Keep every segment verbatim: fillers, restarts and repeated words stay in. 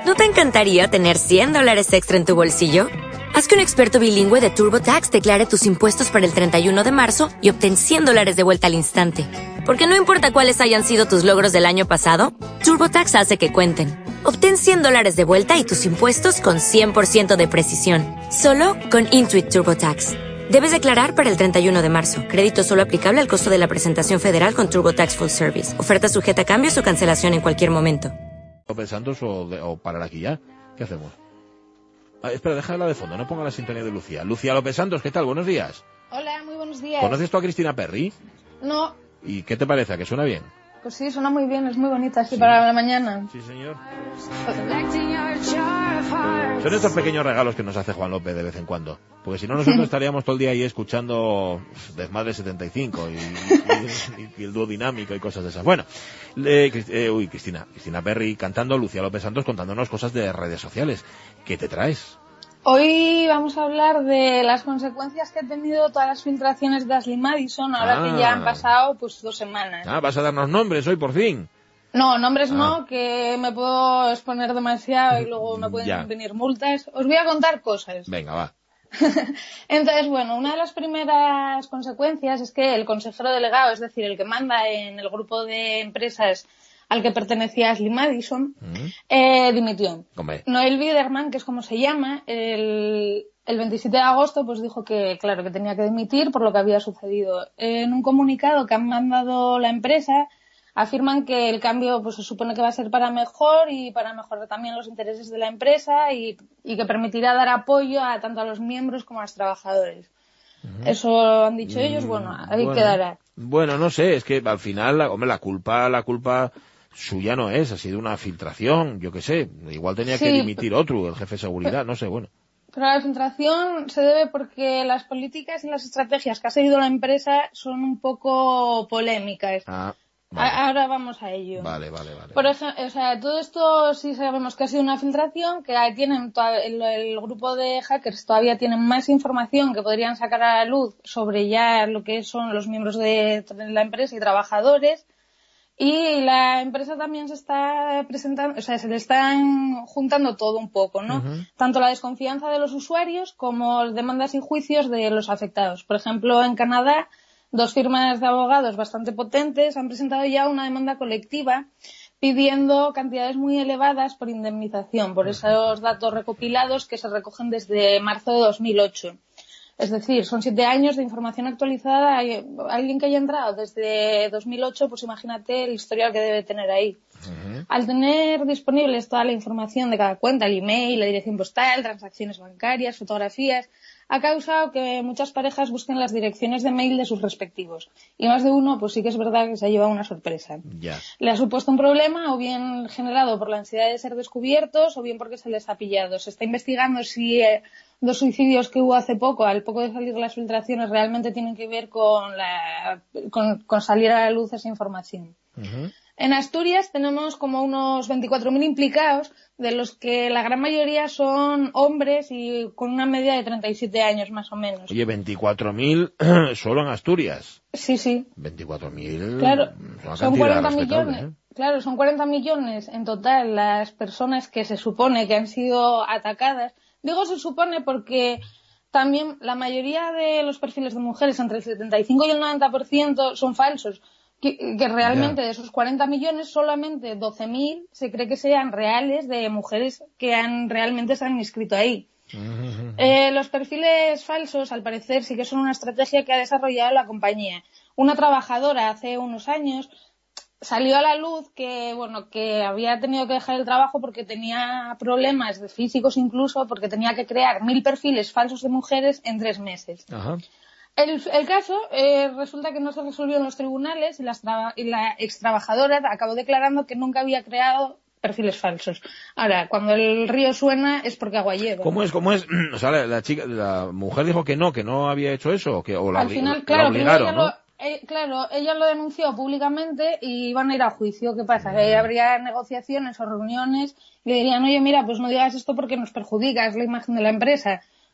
¿No te encantaría tener cien dólares extra en tu bolsillo? Haz que un experto bilingüe de TurboTax declare tus impuestos para el treinta y uno de marzo y obtén cien dólares de vuelta al instante. Porque no importa cuáles hayan sido tus logros del año pasado, TurboTax hace que cuenten. Obtén cien dólares de vuelta y tus impuestos con cien por ciento de precisión. Solo con Intuit TurboTax. Debes declarar para el treinta y uno de marzo. Crédito solo aplicable al costo de la presentación federal con TurboTax Full Service. Oferta sujeta a cambios o cancelación en cualquier momento. López Santos o, de, o parar aquí ya. ¿Qué hacemos? Ah, espera, déjala de fondo, no ponga la sintonía de Lucía. Lucía López Santos, ¿qué tal? Buenos días. Hola, muy buenos días. ¿Conoces tú a Cristina Perry? No. ¿Y qué te parece? ¿A que suena bien? Pues sí, suena muy bien, es muy bonita, así sí. Para la mañana. Sí, señor. Son estos pequeños regalos que nos hace Juan López de vez en cuando. Porque si no, nosotros estaríamos todo el día ahí escuchando Desmadre setenta y cinco y, y, y el dúo dinámico y cosas de esas. Bueno, eh, eh, uy, Cristina, Cristina Perry cantando, Lucía López Santos contándonos cosas de redes sociales. ¿Qué te traes? Hoy vamos a hablar de las consecuencias que han tenido todas las filtraciones de Ashley Madison, ahora ah. que ya han pasado pues dos semanas. Ah, vas a darnos nombres hoy por fin. No, nombres ah. no, que me puedo exponer demasiado y luego me pueden ya. venir multas. Os voy a contar cosas. Venga, va. Entonces, bueno, una de las primeras consecuencias es que el consejero delegado, es decir, el que manda en el grupo de empresas al que pertenecía Ashley Madison, mm. eh, dimitió. Hombre. Noel Biderman, que es como se llama, el, el veintisiete de agosto, pues dijo que, claro, que tenía que dimitir por lo que había sucedido. En un comunicado que han mandado la empresa, afirman que el cambio, pues se supone que va a ser para mejor y para mejorar también los intereses de la empresa y, y que permitirá dar apoyo a tanto a los miembros como a los trabajadores. Uh-huh. Eso han dicho mm, ellos, bueno, ahí bueno, quedará. Bueno, no sé, es que al final, hombre, la culpa, la culpa suya no es, ha sido una filtración, yo qué sé, igual tenía sí, que dimitir otro, el jefe de seguridad, no sé, bueno. Pero la filtración se debe porque las políticas y las estrategias que ha seguido la empresa son un poco polémicas. Ah, vale. Ahora vamos a ello. Vale, vale, vale. Por ejemplo, o sea, todo esto sí sabemos que ha sido una filtración, que tienen el, el grupo de hackers todavía tienen más información que podrían sacar a la luz sobre ya lo que son los miembros de la empresa y trabajadores. Y la empresa también se está presentando, o sea, se le están juntando todo un poco, ¿no? Uh-huh. Tanto la desconfianza de los usuarios como demandas y juicios de los afectados. Por ejemplo, en Canadá, dos firmas de abogados bastante potentes han presentado ya una demanda colectiva pidiendo cantidades muy elevadas por indemnización, por esos datos recopilados que se recogen desde marzo de dos mil ocho. Es decir, son siete años de información actualizada. Alguien que haya entrado desde dos mil ocho, pues imagínate el historial que debe tener ahí. Uh-huh. Al tener disponibles toda la información de cada cuenta, el email, la dirección postal, transacciones bancarias, fotografías, ha causado que muchas parejas busquen las direcciones de mail de sus respectivos. Y más de uno, pues sí que es verdad que se ha llevado una sorpresa. Yeah. Le ha supuesto un problema, o bien generado por la ansiedad de ser descubiertos, o bien porque se les ha pillado. Se está investigando si eh, dos suicidios que hubo hace poco, al poco de salir las filtraciones, realmente tienen que ver con, la, con, con salir a la luz esa información. Uh-huh. En Asturias tenemos como unos veinticuatro mil implicados, de los que la gran mayoría son hombres y con una media de treinta y siete años más o menos. Oye, veinticuatro mil solo en Asturias. Sí, sí. veinticuatro mil. Claro, son cuarenta millones. ¿eh? Claro, son cuarenta millones en total las personas que se supone que han sido atacadas. Digo se supone porque también la mayoría de los perfiles de mujeres, entre el setenta y cinco y el noventa por ciento, son falsos. Que, que realmente yeah. de esos cuarenta millones, solamente doce mil se cree que sean reales de mujeres que han realmente se han inscrito ahí. Uh-huh. Eh, los perfiles falsos, al parecer, sí que son una estrategia que ha desarrollado la compañía. Una trabajadora hace unos años salió a la luz que, bueno, que había tenido que dejar el trabajo porque tenía problemas de físicos incluso, porque tenía que crear mil perfiles falsos de mujeres en tres meses. Uh-huh. El, el caso eh, resulta que no se resolvió en los tribunales y, las traba- y la ex trabajadora acabó declarando que nunca había creado perfiles falsos. Ahora, cuando el río suena es porque agua lleva. ¿Cómo es? ¿Cómo es? O sea, la, la chica, la mujer dijo que no, que no había hecho eso, o que o la, Al final, la claro, obligaron, ella ¿no? lo, eh, claro, ella lo denunció públicamente y iban a ir a juicio. ¿Qué pasa? Que habría negociaciones o reuniones y le dirían, oye, mira, pues no digas esto porque nos perjudica, es la imagen de la empresa.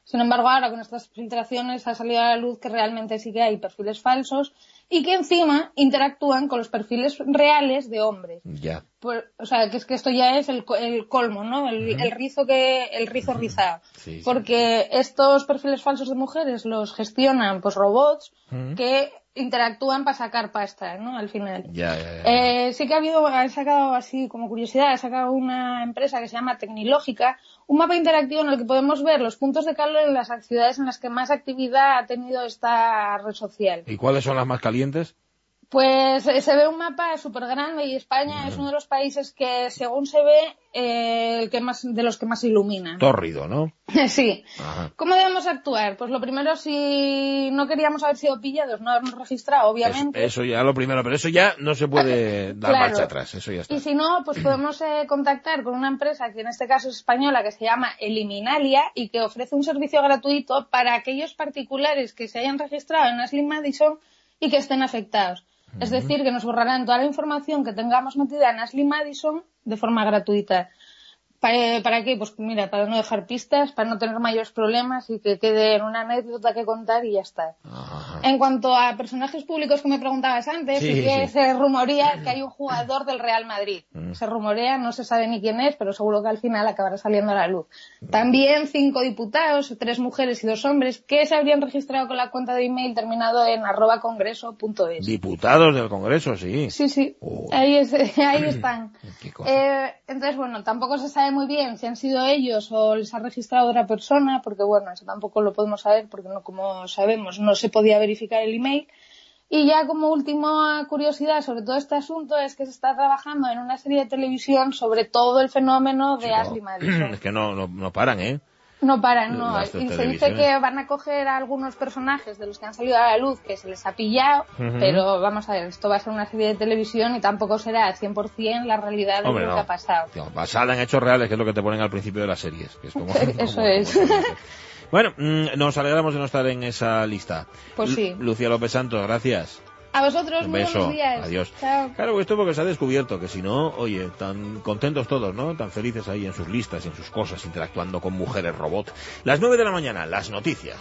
Sin embargo, ahora con estas filtraciones ha salido a la luz que realmente sí que hay perfiles falsos y que encima interactúan con los perfiles reales de hombres. Ya. Pues, o sea, que es que esto ya es el, el colmo, ¿no? El, uh-huh. el rizo que el rizo uh-huh. rizado. Sí, sí. Porque estos perfiles falsos de mujeres los gestionan pues robots uh-huh. que interactúan para sacar pasta, ¿no? Al final. Ya, ya, ya. Eh, sí que ha habido, han sacado así como curiosidad, ha sacado una empresa que se llama Tecnilógica, un mapa interactivo en el que podemos ver los puntos de calor en las ciudades en las que más actividad ha tenido esta red social. ¿Y cuáles son las más calientes? Pues eh, se ve un mapa súper grande y España mm. es uno de los países que, según se ve, eh, el que más, de los que más ilumina. Tórrido, ¿no? Sí. Ajá. ¿Cómo debemos actuar? Pues lo primero, si no queríamos haber sido pillados, no habernos registrado, obviamente. Eso, eso ya lo primero, pero eso ya no se puede dar claro. marcha atrás, eso ya está. Y si no, pues podemos eh, contactar con una empresa que en este caso es española, que se llama Eliminalia y que ofrece un servicio gratuito para aquellos particulares que se hayan registrado en Ashley Madison y que estén afectados. Es decir, que nos borrarán toda la información que tengamos metida en Ashley Madison de forma gratuita. ¿Para, ¿Para qué? Pues mira, para no dejar pistas, para no tener mayores problemas y que quede en una anécdota que contar y ya está. Ajá. En cuanto a personajes públicos que me preguntabas antes, sí, sí que sí. se rumorea que hay un jugador del Real Madrid. Mm. Se rumorea, no se sabe ni quién es, pero seguro que al final acabará saliendo a la luz. Mm. También cinco diputados, tres mujeres y dos hombres, que se habrían registrado con la cuenta de email terminado en arroba congreso punto es. Diputados del Congreso, sí. Sí, sí. Oh. Ahí, es, ahí están. Eh, entonces, bueno, tampoco se sabe muy bien si han sido ellos o les ha registrado otra persona, porque bueno, eso tampoco lo podemos saber porque no, como sabemos, no se podía verificar el email. Y ya como última curiosidad sobre todo este asunto es que se está trabajando en una serie de televisión sobre todo el fenómeno de sí, Ashley no. Madison. Es que no, no, no paran, ¿eh? No paran, no. Y se dice que van a coger a algunos personajes de los que han salido a la luz que se les ha pillado, uh-huh. pero vamos a ver, esto va a ser una serie de televisión y tampoco será al cien por ciento la realidad de Hombre, lo no. que ha pasado. Tío, basada en hechos reales, que es lo que te ponen al principio de las series. Que es como, Eso como, es. Como, como, bueno, mmm, nos alegramos de no estar en esa lista. Pues sí. L- Lucía López Santos, gracias. A vosotros, un muy beso. buenos días. Adiós. Chao. Claro, esto porque se ha descubierto que si no, oye, tan contentos todos, ¿no? Tan felices ahí en sus listas y en sus cosas, interactuando con mujeres robot. Las nueve de la mañana, las noticias.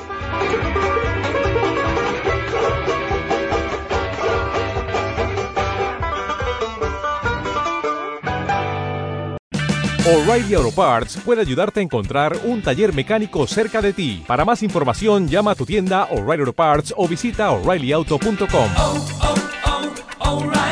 O'Reilly Auto Parts puede ayudarte a encontrar un taller mecánico cerca de ti. Para más información, llama a tu tienda O'Reilly Auto Parts o visita O'Reilly Auto punto com. Oh, oh, oh, O'Reilly.